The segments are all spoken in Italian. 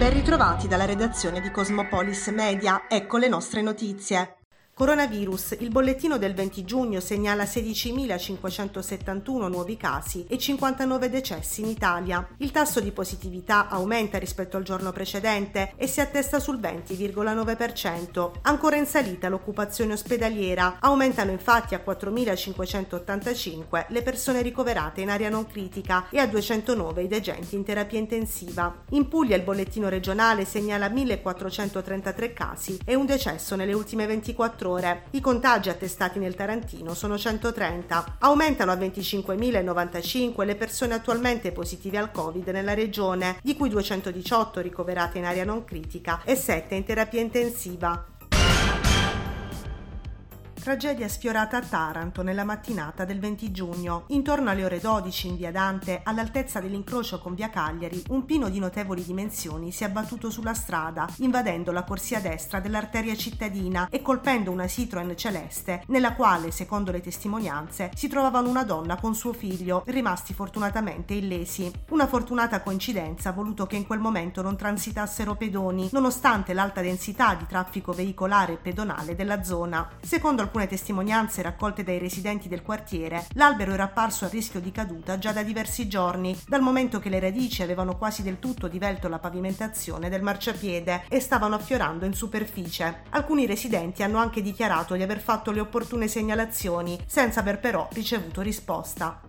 Ben ritrovati dalla redazione di Cosmopolis Media, ecco le nostre notizie. Coronavirus, il bollettino del 20 giugno segnala 16.571 nuovi casi e 59 decessi in Italia. Il tasso di positività aumenta rispetto al giorno precedente e si attesta sul 20,9%. Ancora in salita l'occupazione ospedaliera, aumentano infatti a 4.585 le persone ricoverate in area non critica e a 209 i degenti in terapia intensiva. In Puglia il bollettino regionale segnala 1.433 casi e un decesso nelle ultime 24 ore. I contagi attestati nel Tarantino sono 130. Aumentano a 25.095 le persone attualmente positive al Covid nella regione, di cui 218 ricoverate in area non critica e 7 in terapia intensiva. Tragedia sfiorata a Taranto nella mattinata del 20 giugno. Intorno alle ore 12 in via Dante, all'altezza dell'incrocio con via Cagliari, un pino di notevoli dimensioni si è abbattuto sulla strada, invadendo la corsia destra dell'arteria cittadina e colpendo una Citroen celeste, nella quale, secondo le testimonianze, si trovavano una donna con suo figlio, rimasti fortunatamente illesi. Una fortunata coincidenza ha voluto che in quel momento non transitassero pedoni, nonostante l'alta densità di traffico veicolare e pedonale della zona. Secondo alcune testimonianze raccolte dai residenti del quartiere, l'albero era apparso a rischio di caduta già da diversi giorni, dal momento che le radici avevano quasi del tutto divelto la pavimentazione del marciapiede e stavano affiorando in superficie. Alcuni residenti hanno anche dichiarato di aver fatto le opportune segnalazioni, senza aver però ricevuto risposta.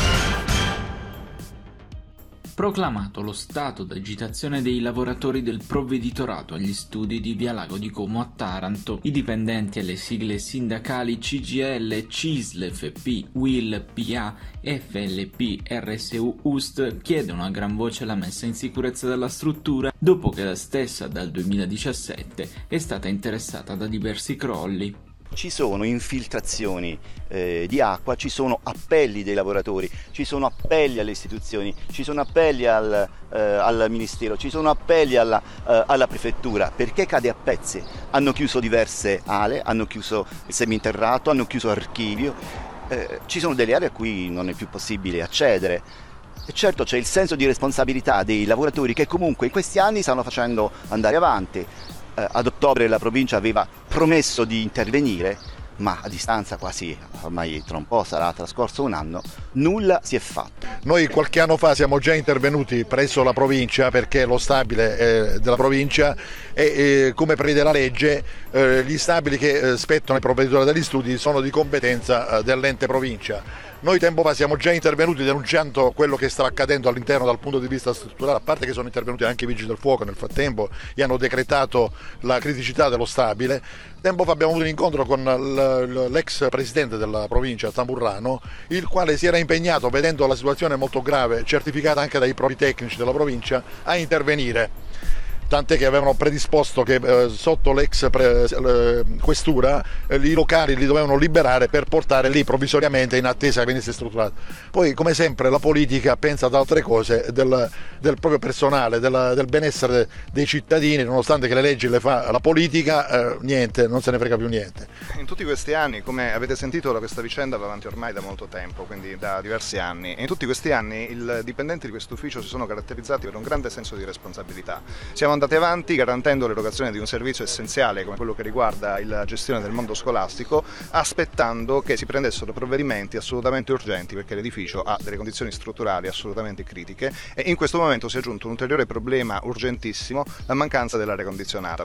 Proclamato lo stato d'agitazione dei lavoratori del provveditorato agli studi di via Lago di Como a Taranto, i dipendenti alle sigle sindacali CGIL, CISL, FP, UIL, PA, FLP, RSU, UST chiedono a gran voce la messa in sicurezza della struttura dopo che la stessa dal 2017 è stata interessata da diversi crolli. Ci sono infiltrazioni di acqua, ci sono appelli dei lavoratori, ci sono appelli alle istituzioni, ci sono appelli al Ministero, ci sono appelli alla Prefettura, perché cade a pezzi. Hanno chiuso diverse ale, hanno chiuso il seminterrato, hanno chiuso archivio, ci sono delle aree a cui non è più possibile accedere. E certo c'è il senso di responsabilità dei lavoratori che comunque in questi anni stanno facendo andare avanti. Ad ottobre la provincia aveva promesso di intervenire, ma a distanza quasi, ormai tra un po' sarà trascorso un anno, nulla si è fatto. Noi qualche anno fa siamo già intervenuti presso la provincia perché lo stabile della provincia e come prevede la legge gli stabili che spettano ai provveditori degli studi sono di competenza dell'ente provincia. Noi tempo fa siamo già intervenuti denunciando quello che stava accadendo all'interno dal punto di vista strutturale, a parte che sono intervenuti anche i vigili del fuoco nel frattempo e hanno decretato la criticità dello stabile. Tempo fa abbiamo avuto un incontro con l'ex presidente della provincia, Tamburrano, il quale si era impegnato, vedendo la situazione molto grave, certificata anche dai propri tecnici della provincia, a intervenire. Tant'è che avevano predisposto che sotto l'ex questura i locali li dovevano liberare per portare lì provvisoriamente in attesa che venisse strutturato. Poi come sempre la politica pensa ad altre cose, del proprio personale, del benessere dei cittadini, nonostante che le leggi le fa la politica, niente, non se ne frega più niente. In tutti questi anni, come avete sentito, questa vicenda va avanti ormai da molto tempo, quindi da diversi anni. E in tutti questi anni i dipendenti di questo ufficio si sono caratterizzati per un grande senso di responsabilità. Siamo andati avanti garantendo l'erogazione di un servizio essenziale come quello che riguarda la gestione del mondo scolastico, aspettando che si prendessero provvedimenti assolutamente urgenti perché l'edificio ha delle condizioni strutturali assolutamente critiche e in questo momento si è aggiunto un ulteriore problema urgentissimo, la mancanza dell'aria condizionata.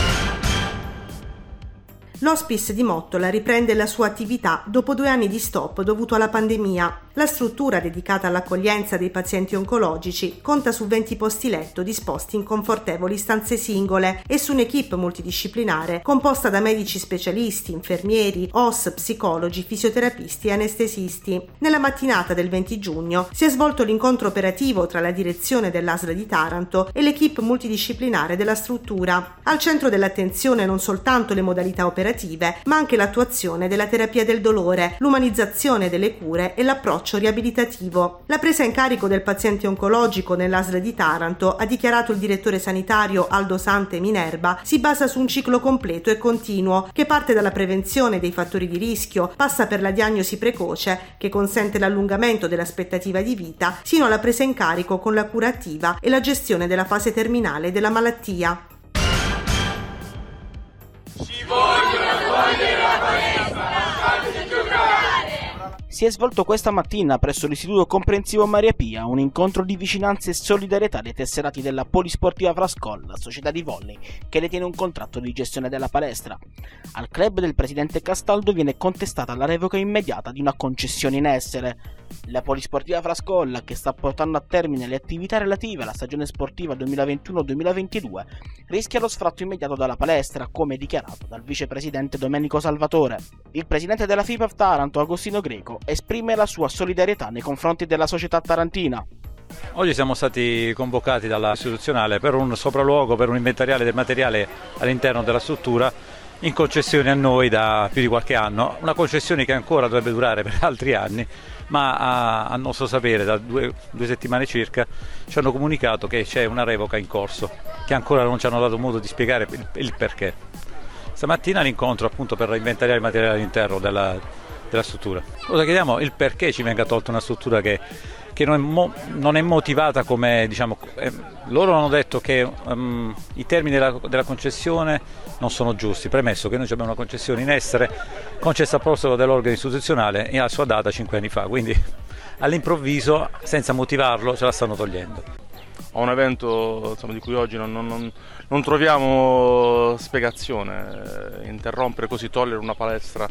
L'hospice di Mottola riprende la sua attività dopo 2 anni di stop dovuto alla pandemia. La struttura dedicata all'accoglienza dei pazienti oncologici conta su 20 posti letto disposti in confortevoli stanze singole e su un'equipe multidisciplinare composta da medici specialisti, infermieri, OS, psicologi, fisioterapisti e anestesisti. Nella mattinata del 20 giugno si è svolto l'incontro operativo tra la direzione dell'ASL di Taranto e l'equipe multidisciplinare della struttura. Al centro dell'attenzione non soltanto le modalità operative operative, ma anche l'attuazione della terapia del dolore, l'umanizzazione delle cure e l'approccio riabilitativo. La presa in carico del paziente oncologico nell'ASL di Taranto, ha dichiarato il direttore sanitario Aldo Sante Minerva, si basa su un ciclo completo e continuo che parte dalla prevenzione dei fattori di rischio, passa per la diagnosi precoce che consente l'allungamento dell'aspettativa di vita, sino alla presa in carico con la cura attiva e la gestione della fase terminale della malattia. Ci vogliono togliere la palestra, lasciateci giocare! Si è svolto questa mattina presso l'Istituto Comprensivo Maria Pia un incontro di vicinanza e solidarietà dei tesserati della Polisportiva Frascol, società di volley, che detiene un contratto di gestione della palestra. Al club del presidente Castaldo viene contestata la revoca immediata di una concessione in essere. La Polisportiva Frascolla, che sta portando a termine le attività relative alla stagione sportiva 2021-2022, rischia lo sfratto immediato dalla palestra, come dichiarato dal vicepresidente Domenico Salvatore. Il presidente della FIPAF Taranto, Agostino Greco, esprime la sua solidarietà nei confronti della società tarantina. Oggi siamo stati convocati dalla istituzionale per un sopralluogo, per un inventariale del materiale all'interno della struttura in concessione a noi da più di qualche anno, una concessione che ancora dovrebbe durare per altri anni, ma a nostro sapere da due settimane circa ci hanno comunicato che c'è una revoca in corso, che ancora non ci hanno dato modo di spiegare il perché. Stamattina l'incontro appunto per inventariare il materiale all'interno della struttura. Cosa chiediamo? Il perché ci venga tolta una struttura che non è motivata come, diciamo, loro hanno detto che i termini della concessione non sono giusti, premesso che noi abbiamo una concessione in essere concessa a proposito dell'organo istituzionale e alla sua data 5 anni fa, quindi all'improvviso, senza motivarlo, ce la stanno togliendo. A un evento di cui oggi non troviamo spiegazione, interrompere così, togliere una palestra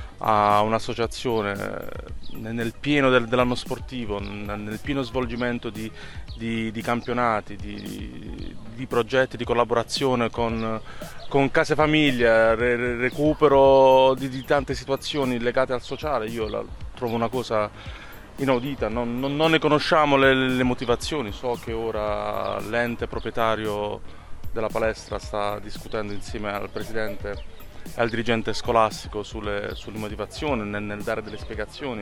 a un'associazione nel pieno dell'anno sportivo, nel pieno svolgimento di campionati, di progetti di collaborazione con case famiglia, recupero di tante situazioni legate al sociale, io la trovo una cosa inaudita, non ne conosciamo le motivazioni. So che ora l'ente proprietario della palestra sta discutendo insieme al presidente e al dirigente scolastico sulle motivazioni, nel dare delle spiegazioni.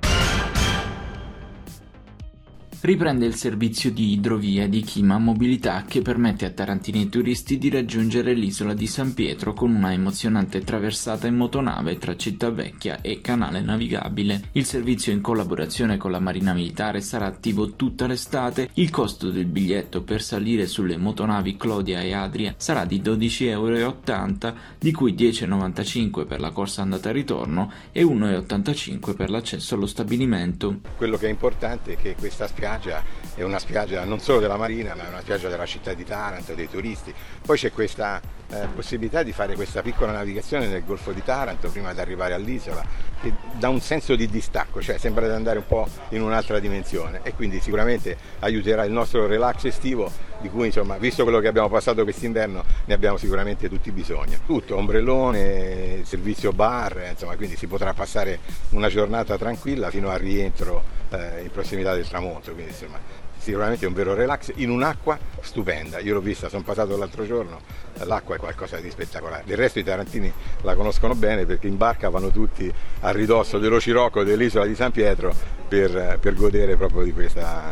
Riprende il servizio di idrovia di Chima Mobilità che permette a tarantini e turisti di raggiungere l'isola di San Pietro con una emozionante traversata in motonave tra Cittavecchia e Canale Navigabile. Il servizio, in collaborazione con la Marina Militare, sarà attivo tutta l'estate. Il costo del biglietto per salire sulle motonavi Clodia e Adria sarà di €12,80, di cui €10,95 per la corsa andata e ritorno e €1,85 per l'accesso allo stabilimento. Quello che è importante è che questa spiaggia è una spiaggia non solo della Marina, ma è una spiaggia della città di Taranto, dei turisti. Poi c'è questa possibilità di fare questa piccola navigazione nel Golfo di Taranto prima di arrivare all'isola, che dà un senso di distacco, cioè sembra di andare un po' in un'altra dimensione, e quindi sicuramente aiuterà il nostro relax estivo, di cui, insomma, visto quello che abbiamo passato quest'inverno, ne abbiamo sicuramente tutti bisogno. Tutto, ombrellone, servizio bar, insomma, quindi si potrà passare una giornata tranquilla fino al rientro in prossimità del tramonto, quindi insomma sicuramente è un vero relax in un'acqua stupenda. Io l'ho vista, sono passato l'altro giorno, l'acqua è qualcosa di spettacolare. Del resto i tarantini la conoscono bene, perché in barca vanno tutti a ridosso dello scirocco dell'isola di San Pietro per godere proprio di questa.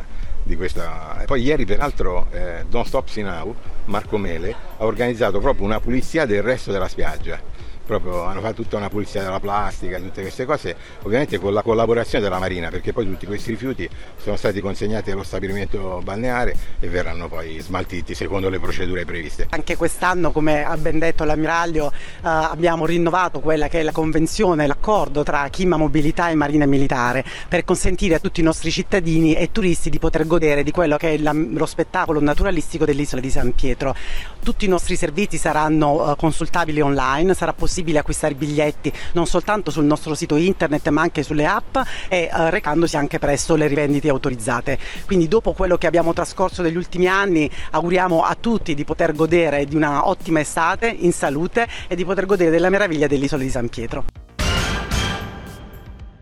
Poi ieri peraltro Don't Stop Sinau, Marco Mele, ha organizzato proprio una pulizia del resto della spiaggia. Proprio hanno fatto tutta una pulizia della plastica, tutte queste cose, ovviamente con la collaborazione della Marina, perché poi tutti questi rifiuti sono stati consegnati allo stabilimento balneare e verranno poi smaltiti secondo le procedure previste. Anche quest'anno, come ha ben detto l'ammiraglio, abbiamo rinnovato quella che è la convenzione, l'accordo tra Chima Mobilità e Marina Militare, per consentire a tutti i nostri cittadini e turisti di poter godere di quello che è lo spettacolo naturalistico dell'isola di San Pietro. Tutti i nostri servizi saranno consultabili online, sarà possibile acquistare biglietti non soltanto sul nostro sito internet, ma anche sulle app e recandosi anche presso le rivendite autorizzate. Quindi, dopo quello che abbiamo trascorso negli ultimi anni, auguriamo a tutti di poter godere di una ottima estate in salute e di poter godere della meraviglia dell'isola di San Pietro.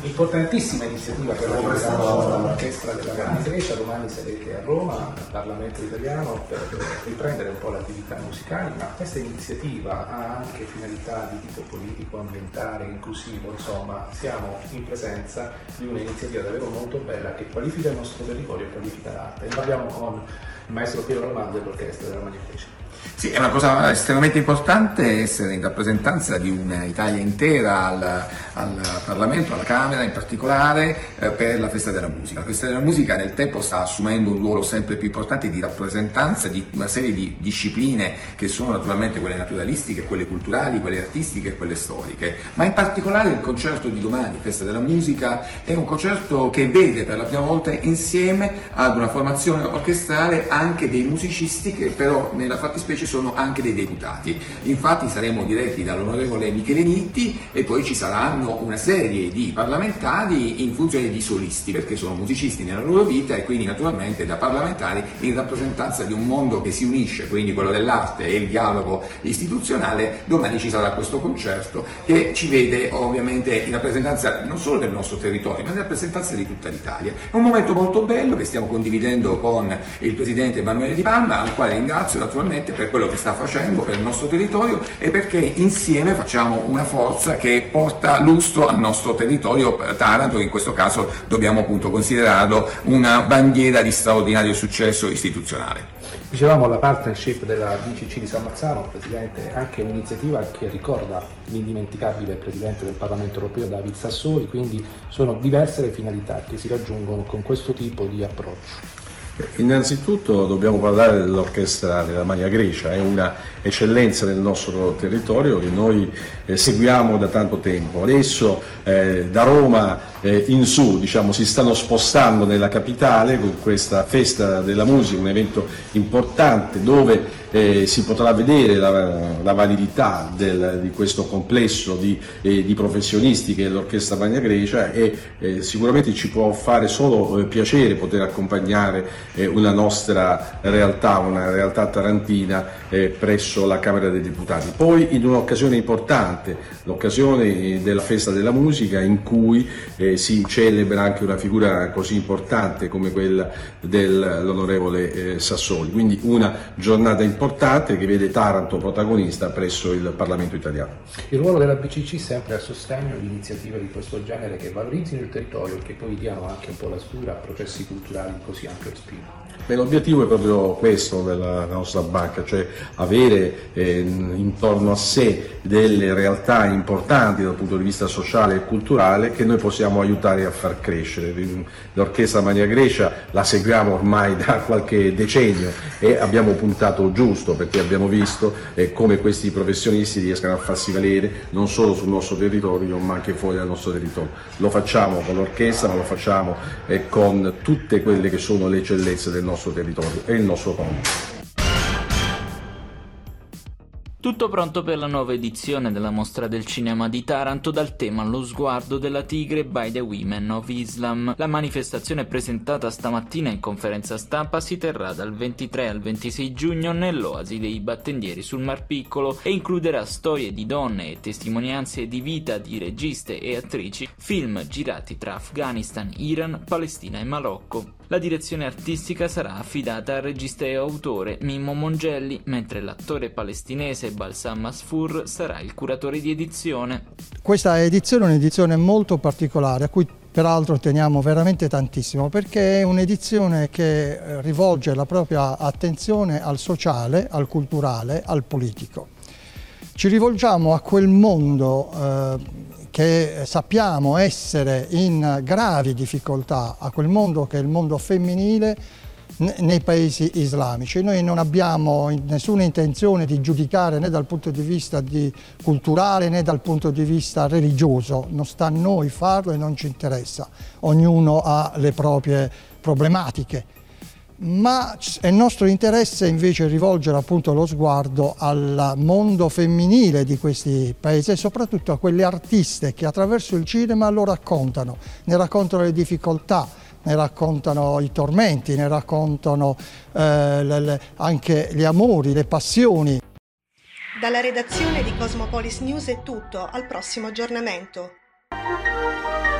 Importantissima iniziativa che organizziamo l'orchestra della Marina Grecia. Domani sarete a Roma, al Parlamento italiano, per riprendere un po' le attività musicali, ma questa iniziativa ha anche finalità di tipo politico, ambientale, inclusivo, insomma siamo in presenza di un'iniziativa davvero molto bella che qualifica il nostro territorio e qualifica l'arte. E parliamo con il maestro Piero Armando dell'orchestra della Marina Grecia. Sì, è una cosa estremamente importante essere in rappresentanza di un'Italia intera al Parlamento, alla Camera in particolare, per la Festa della Musica. La Festa della Musica nel tempo sta assumendo un ruolo sempre più importante di rappresentanza di una serie di discipline che sono naturalmente quelle naturalistiche, quelle culturali, quelle artistiche e quelle storiche, ma in particolare il concerto di domani, Festa della Musica, è un concerto che vede per la prima volta insieme ad una formazione orchestrale anche dei musicisti che però nella fattispecie sono anche dei deputati. Infatti saremo diretti dall'onorevole Michele Nitti e poi ci saranno una serie di parlamentari in funzione di solisti, perché sono musicisti nella loro vita e quindi naturalmente da parlamentari in rappresentanza di un mondo che si unisce, quindi quello dell'arte e il dialogo istituzionale. Domani ci sarà questo concerto che ci vede ovviamente in rappresentanza non solo del nostro territorio, ma in rappresentanza di tutta l'Italia. È un momento molto bello che stiamo condividendo con il presidente Emanuele Di Palma, al quale ringrazio naturalmente per quello che sta facendo per il nostro territorio e perché insieme facciamo una forza che porta lustro al nostro territorio Taranto, che in questo caso dobbiamo appunto considerarlo una bandiera di straordinario successo istituzionale. Dicevamo la partnership della BCC di San Marzano, Presidente, anche un'iniziativa che ricorda l'indimenticabile Presidente del Parlamento Europeo David Sassoli, quindi sono diverse le finalità che si raggiungono con questo tipo di approccio. Innanzitutto dobbiamo parlare dell'orchestra della Marina Grecia, è una eccellenza del nostro territorio che noi seguiamo da tanto tempo. Adesso da Roma in su si stanno spostando nella capitale con questa Festa della Musica, un evento importante dove si potrà vedere la validità di questo complesso di professionisti che è l'Orchestra Marina Grecia e sicuramente ci può fare solo piacere poter accompagnare una nostra realtà, una realtà tarantina presso la Camera dei Deputati. Poi in un'occasione importante, l'occasione della Festa della Musica, in cui si celebra anche una figura così importante come quella dell'onorevole Sassoli, quindi una giornata importante che vede Taranto protagonista presso il Parlamento italiano. Il ruolo della BCC sempre a sostegno di iniziative di questo genere che valorizzino il territorio e che poi diano anche un po' la stura a processi culturali in così ampio respiro. L'obiettivo è proprio questo della nostra banca, cioè avere intorno a sé delle realtà importanti dal punto di vista sociale e culturale che noi possiamo aiutare a far crescere. L'Orchestra Marina Grecia la seguiamo ormai da qualche decennio e abbiamo puntato giusto, perché abbiamo visto come questi professionisti riescano a farsi valere non solo sul nostro territorio ma anche fuori dal nostro territorio. Lo facciamo con l'orchestra, ma lo facciamo con tutte quelle che sono le eccellenze del nostro territorio e il nostro compito. Tutto pronto per la nuova edizione della Mostra del Cinema di Taranto dal tema Lo sguardo della tigre by the Women of Islam. La manifestazione presentata stamattina in conferenza stampa si terrà dal 23 al 26 giugno nell'Oasi dei Battendieri sul Mar Piccolo e includerà storie di donne e testimonianze di vita di registe e attrici, film girati tra Afghanistan, Iran, Palestina e Marocco. La direzione artistica sarà affidata al regista e autore Mimmo Mongelli, mentre l'attore palestinese Balsam Asfour sarà il curatore di edizione. Questa edizione è un'edizione molto particolare, a cui peraltro teniamo veramente tantissimo, perché è un'edizione che rivolge la propria attenzione al sociale, al culturale, al politico. Ci rivolgiamo a quel mondo che sappiamo essere in gravi difficoltà, a quel mondo che è il mondo femminile nei paesi islamici. Noi non abbiamo nessuna intenzione di giudicare né dal punto di vista culturale né dal punto di vista religioso, non sta a noi farlo e non ci interessa, ognuno ha le proprie problematiche. Ma è nostro interesse invece rivolgere appunto lo sguardo al mondo femminile di questi paesi e soprattutto a quelle artiste che attraverso il cinema lo raccontano, ne raccontano le difficoltà, ne raccontano i tormenti, ne raccontano anche gli amori, le passioni. Dalla redazione di Cosmopolis News è tutto, al prossimo aggiornamento.